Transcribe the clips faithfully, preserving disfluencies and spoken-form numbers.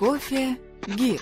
Кофе Гид.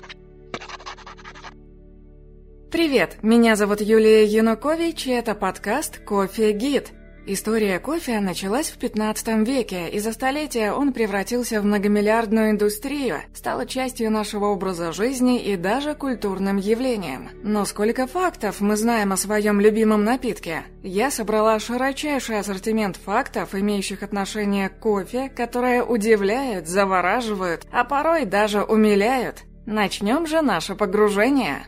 Привет, меня зовут Юлия Янукович, и это подкаст «Кофе Гид». История кофе началась в пятнадцатом веке, и за столетия он превратился в многомиллиардную индустрию, стал частью нашего образа жизни и даже культурным явлением. Но сколько фактов мы знаем о своем любимом напитке? Я собрала широчайший ассортимент фактов, имеющих отношение к кофе, которые удивляют, завораживают, а порой даже умиляют. Начнем же наше погружение.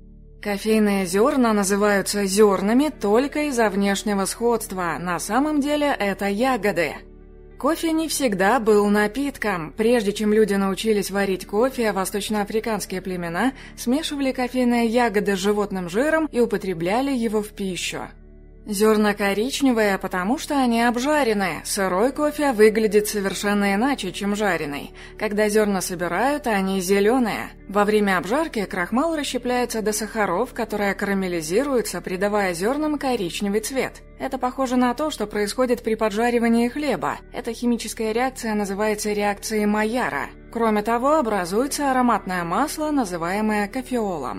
Кофейные зерна называются зернами только из-за внешнего сходства, на самом деле это ягоды. Кофе не всегда был напитком. Прежде чем люди научились варить кофе, восточноафриканские племена смешивали кофейные ягоды с животным жиром и употребляли его в пищу. Зерна коричневые, потому что они обжарены. Сырой кофе выглядит совершенно иначе, чем жареный. Когда зерна собирают, они зеленые. Во время обжарки крахмал расщепляется до сахаров, которые карамелизируются, придавая зернам коричневый цвет. Это похоже на то, что происходит при поджаривании хлеба. Эта химическая реакция называется реакцией Майяра. Кроме того, образуется ароматное масло, называемое кофеолом.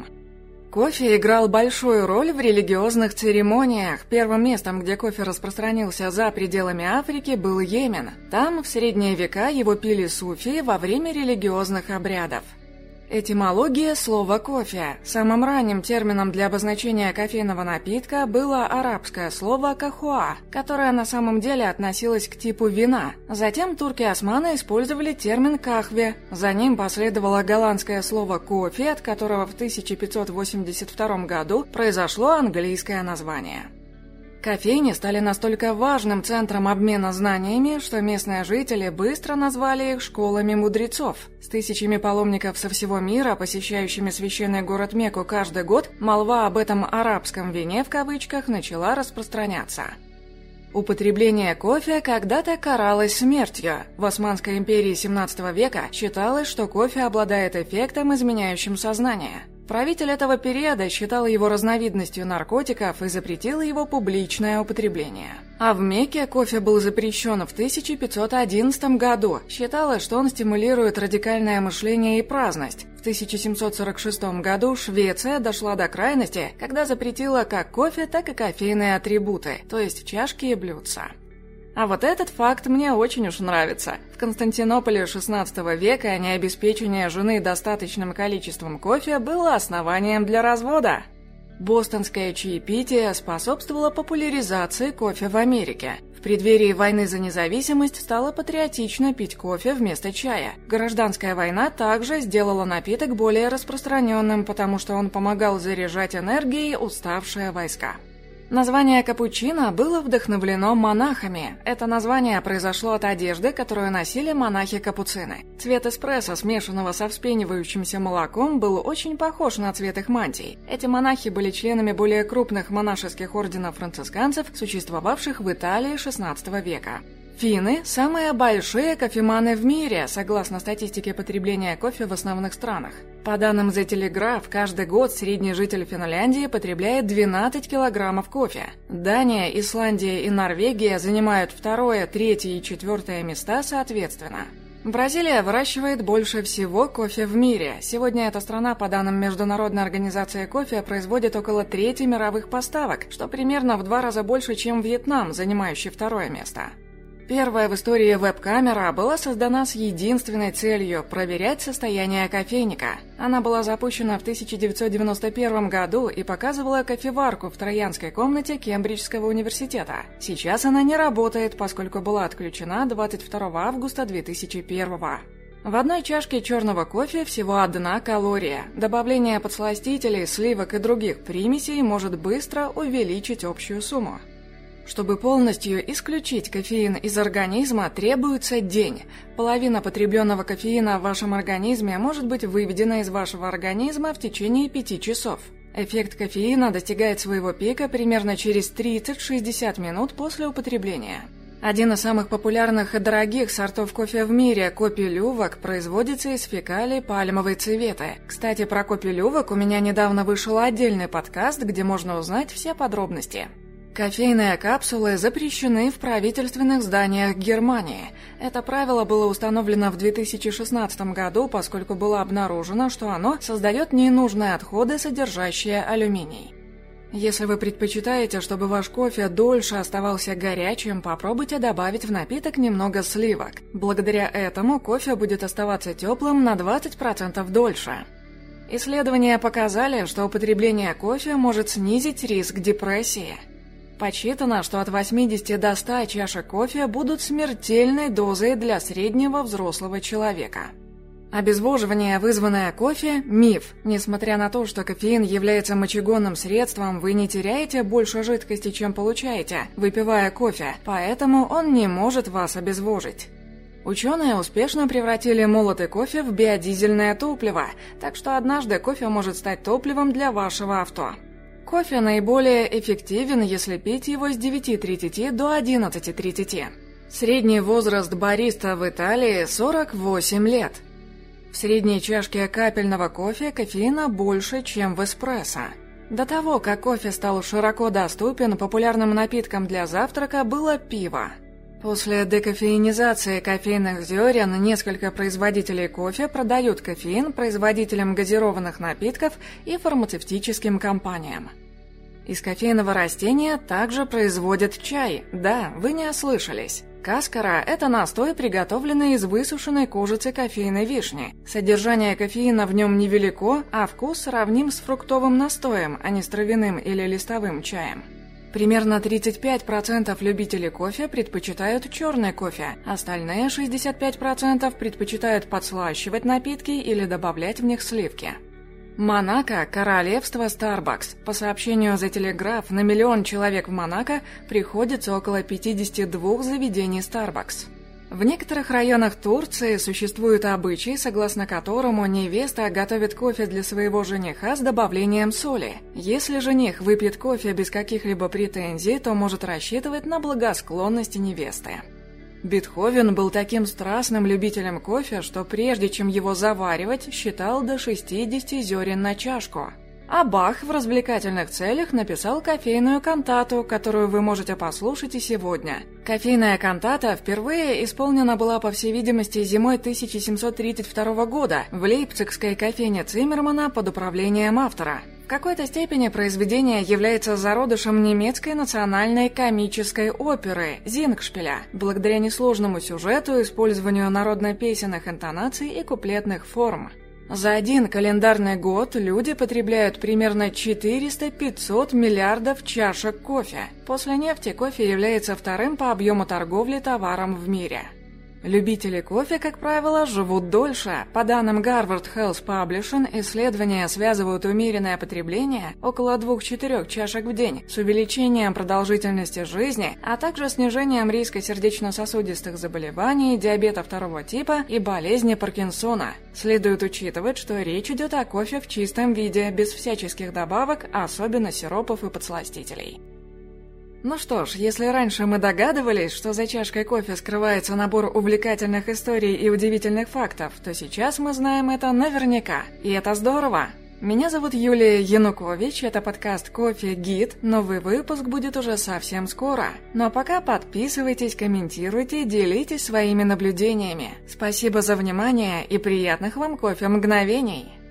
Кофе играл большую роль в религиозных церемониях. Первым местом, где кофе распространился за пределами Африки, был Йемен. Там в средние века его пили суфии во время религиозных обрядов. Этимология слова «кофе». Самым ранним термином для обозначения кофейного напитка было арабское слово «кахуа», которое на самом деле относилось к типу вина. Затем турки-османы использовали термин «кахве». За ним последовало голландское слово «кофе», от которого в тысяча пятьсот восемьдесят втором году произошло английское название. Кофейни стали настолько важным центром обмена знаниями, что местные жители быстро назвали их школами мудрецов. С тысячами паломников со всего мира, посещающими священный город Мекку каждый год, молва об этом «арабском вине» в кавычках начала распространяться. Употребление кофе когда-то каралось смертью. В Османской империи семнадцатого века считалось, что кофе обладает эффектом, изменяющим сознание. Правитель этого периода считал его разновидностью наркотиков и запретил его публичное употребление. А в Мекке кофе был запрещен в тысяча пятьсот одиннадцатом году. Считалось, что он стимулирует радикальное мышление и праздность. В тысяча семьсот сорок шестом году Швеция дошла до крайности, когда запретила как кофе, так и кофейные атрибуты, то есть чашки и блюдца. А вот этот факт мне очень уж нравится. В Константинополе шестнадцатого века необеспечение жены достаточным количеством кофе было основанием для развода. Бостонское чаепитие способствовало популяризации кофе в Америке. В преддверии войны за независимость стало патриотично пить кофе вместо чая. Гражданская война также сделала напиток более распространенным, потому что он помогал заряжать энергией уставшие войска. Название капучино было вдохновлено монахами. Это название произошло от одежды, которую носили монахи-капуцины. Цвет эспрессо, смешанного со вспенивающимся молоком, был очень похож на цвет их мантий. Эти монахи были членами более крупных монашеских орденов францисканцев, существовавших в Италии шестнадцатого века. Финны – самые большие кофеманы в мире, согласно статистике потребления кофе в основных странах. По данным The Telegraph, каждый год средний житель Финляндии потребляет двенадцать килограммов кофе. Дания, Исландия и Норвегия занимают второе, третье и четвертое места соответственно. Бразилия выращивает больше всего кофе в мире. Сегодня эта страна, по данным Международной организации кофе, производит около трети мировых поставок, что примерно в два раза больше, чем Вьетнам, занимающий второе место. Первая в истории веб-камера была создана с единственной целью – проверять состояние кофейника. Она была запущена в тысяча девятьсот девяносто первом году и показывала кофеварку в троянской комнате Кембриджского университета. Сейчас она не работает, поскольку была отключена двадцать второго августа две тысячи первого. В одной чашке черного кофе всего одна калория. Добавление подсластителей, сливок и других примесей может быстро увеличить общую сумму. Чтобы полностью исключить кофеин из организма, требуется день. Половина потребленного кофеина в вашем организме может быть выведена из вашего организма в течение пяти часов. Эффект кофеина достигает своего пика примерно через тридцать-шестьдесят минут после употребления. Один из самых популярных и дорогих сортов кофе в мире, Копи-Лювак, производится из фекалий пальмовой цветы. Кстати, про Копи-Лювак у меня недавно вышел отдельный подкаст, где можно узнать все подробности. Кофейные капсулы запрещены в правительственных зданиях Германии. Это правило было установлено в две тысячи шестнадцатом году, поскольку было обнаружено, что оно создает ненужные отходы, содержащие алюминий. Если вы предпочитаете, чтобы ваш кофе дольше оставался горячим, попробуйте добавить в напиток немного сливок. Благодаря этому кофе будет оставаться теплым на двадцать процентов дольше. Исследования показали, что употребление кофе может снизить риск депрессии. Подсчитано, что от восьмидесяти до ста чашек кофе будут смертельной дозой для среднего взрослого человека. Обезвоживание, вызванное кофе – миф. Несмотря на то, что кофеин является мочегонным средством, вы не теряете больше жидкости, чем получаете, выпивая кофе, поэтому он не может вас обезвожить. Ученые успешно превратили молотый кофе в биодизельное топливо, так что однажды кофе может стать топливом для вашего авто. Кофе наиболее эффективен, если пить его с девяти тридцати до одиннадцати тридцати. Средний возраст бариста в Италии – сорок восемь лет. В средней чашке капельного кофе кофеина больше, чем в эспрессо. До того, как кофе стал широко доступен, популярным напитком для завтрака было пиво. После декофеинизации кофейных зерен несколько производителей кофе продают кофеин производителям газированных напитков и фармацевтическим компаниям. Из кофейного растения также производят чай. Да, вы не ослышались. Каскара – это настой, приготовленный из высушенной кожицы кофейной вишни. Содержание кофеина в нем невелико, а вкус сравним с фруктовым настоем, а не с травяным или листовым чаем. Примерно тридцать пять процентов любителей кофе предпочитают черный кофе, остальные шестьдесят пять процентов предпочитают подслащивать напитки или добавлять в них сливки. Монако – королевство Starbucks. По сообщению The Telegraph, на миллион человек в Монако приходится около пятидесяти двух заведений Starbucks. В некоторых районах Турции существует обычай, согласно которому невеста готовит кофе для своего жениха с добавлением соли. Если жених выпьет кофе без каких-либо претензий, то может рассчитывать на благосклонность невесты. Бетховен был таким страстным любителем кофе, что прежде чем его заваривать, считал до шестидесяти зерен на чашку. А Бах в развлекательных целях написал кофейную кантату, которую вы можете послушать и сегодня. Кофейная кантата впервые исполнена была, по всей видимости, зимой тысяча семьсот тридцать второго года в лейпцигской кофейне Циммермана под управлением автора. В какой-то степени произведение является зародышем немецкой национальной комической оперы «Зингшпиля», благодаря несложному сюжету, использованию народно-песенных интонаций и куплетных форм. За один календарный год люди потребляют примерно четыреста-пятьсот миллиардов чашек кофе. После нефти кофе является вторым по объему торговли товаром в мире. Любители кофе, как правило, живут дольше. По данным Harvard Health Publishing, исследования связывают умеренное потребление около двух-четырех чашек в день с увеличением продолжительности жизни, а также снижением риска сердечно-сосудистых заболеваний, диабета второго типа и болезни Паркинсона. Следует учитывать, что речь идет о кофе в чистом виде, без всяческих добавок, особенно сиропов и подсластителей. Ну что ж, если раньше мы догадывались, что за чашкой кофе скрывается набор увлекательных историй и удивительных фактов, то сейчас мы знаем это наверняка. И это здорово! Меня зовут Юлия Янукович, это подкаст «Кофе Гид», новый выпуск будет уже совсем скоро. Но пока подписывайтесь, комментируйте, делитесь своими наблюдениями. Спасибо за внимание и приятных вам кофе мгновений!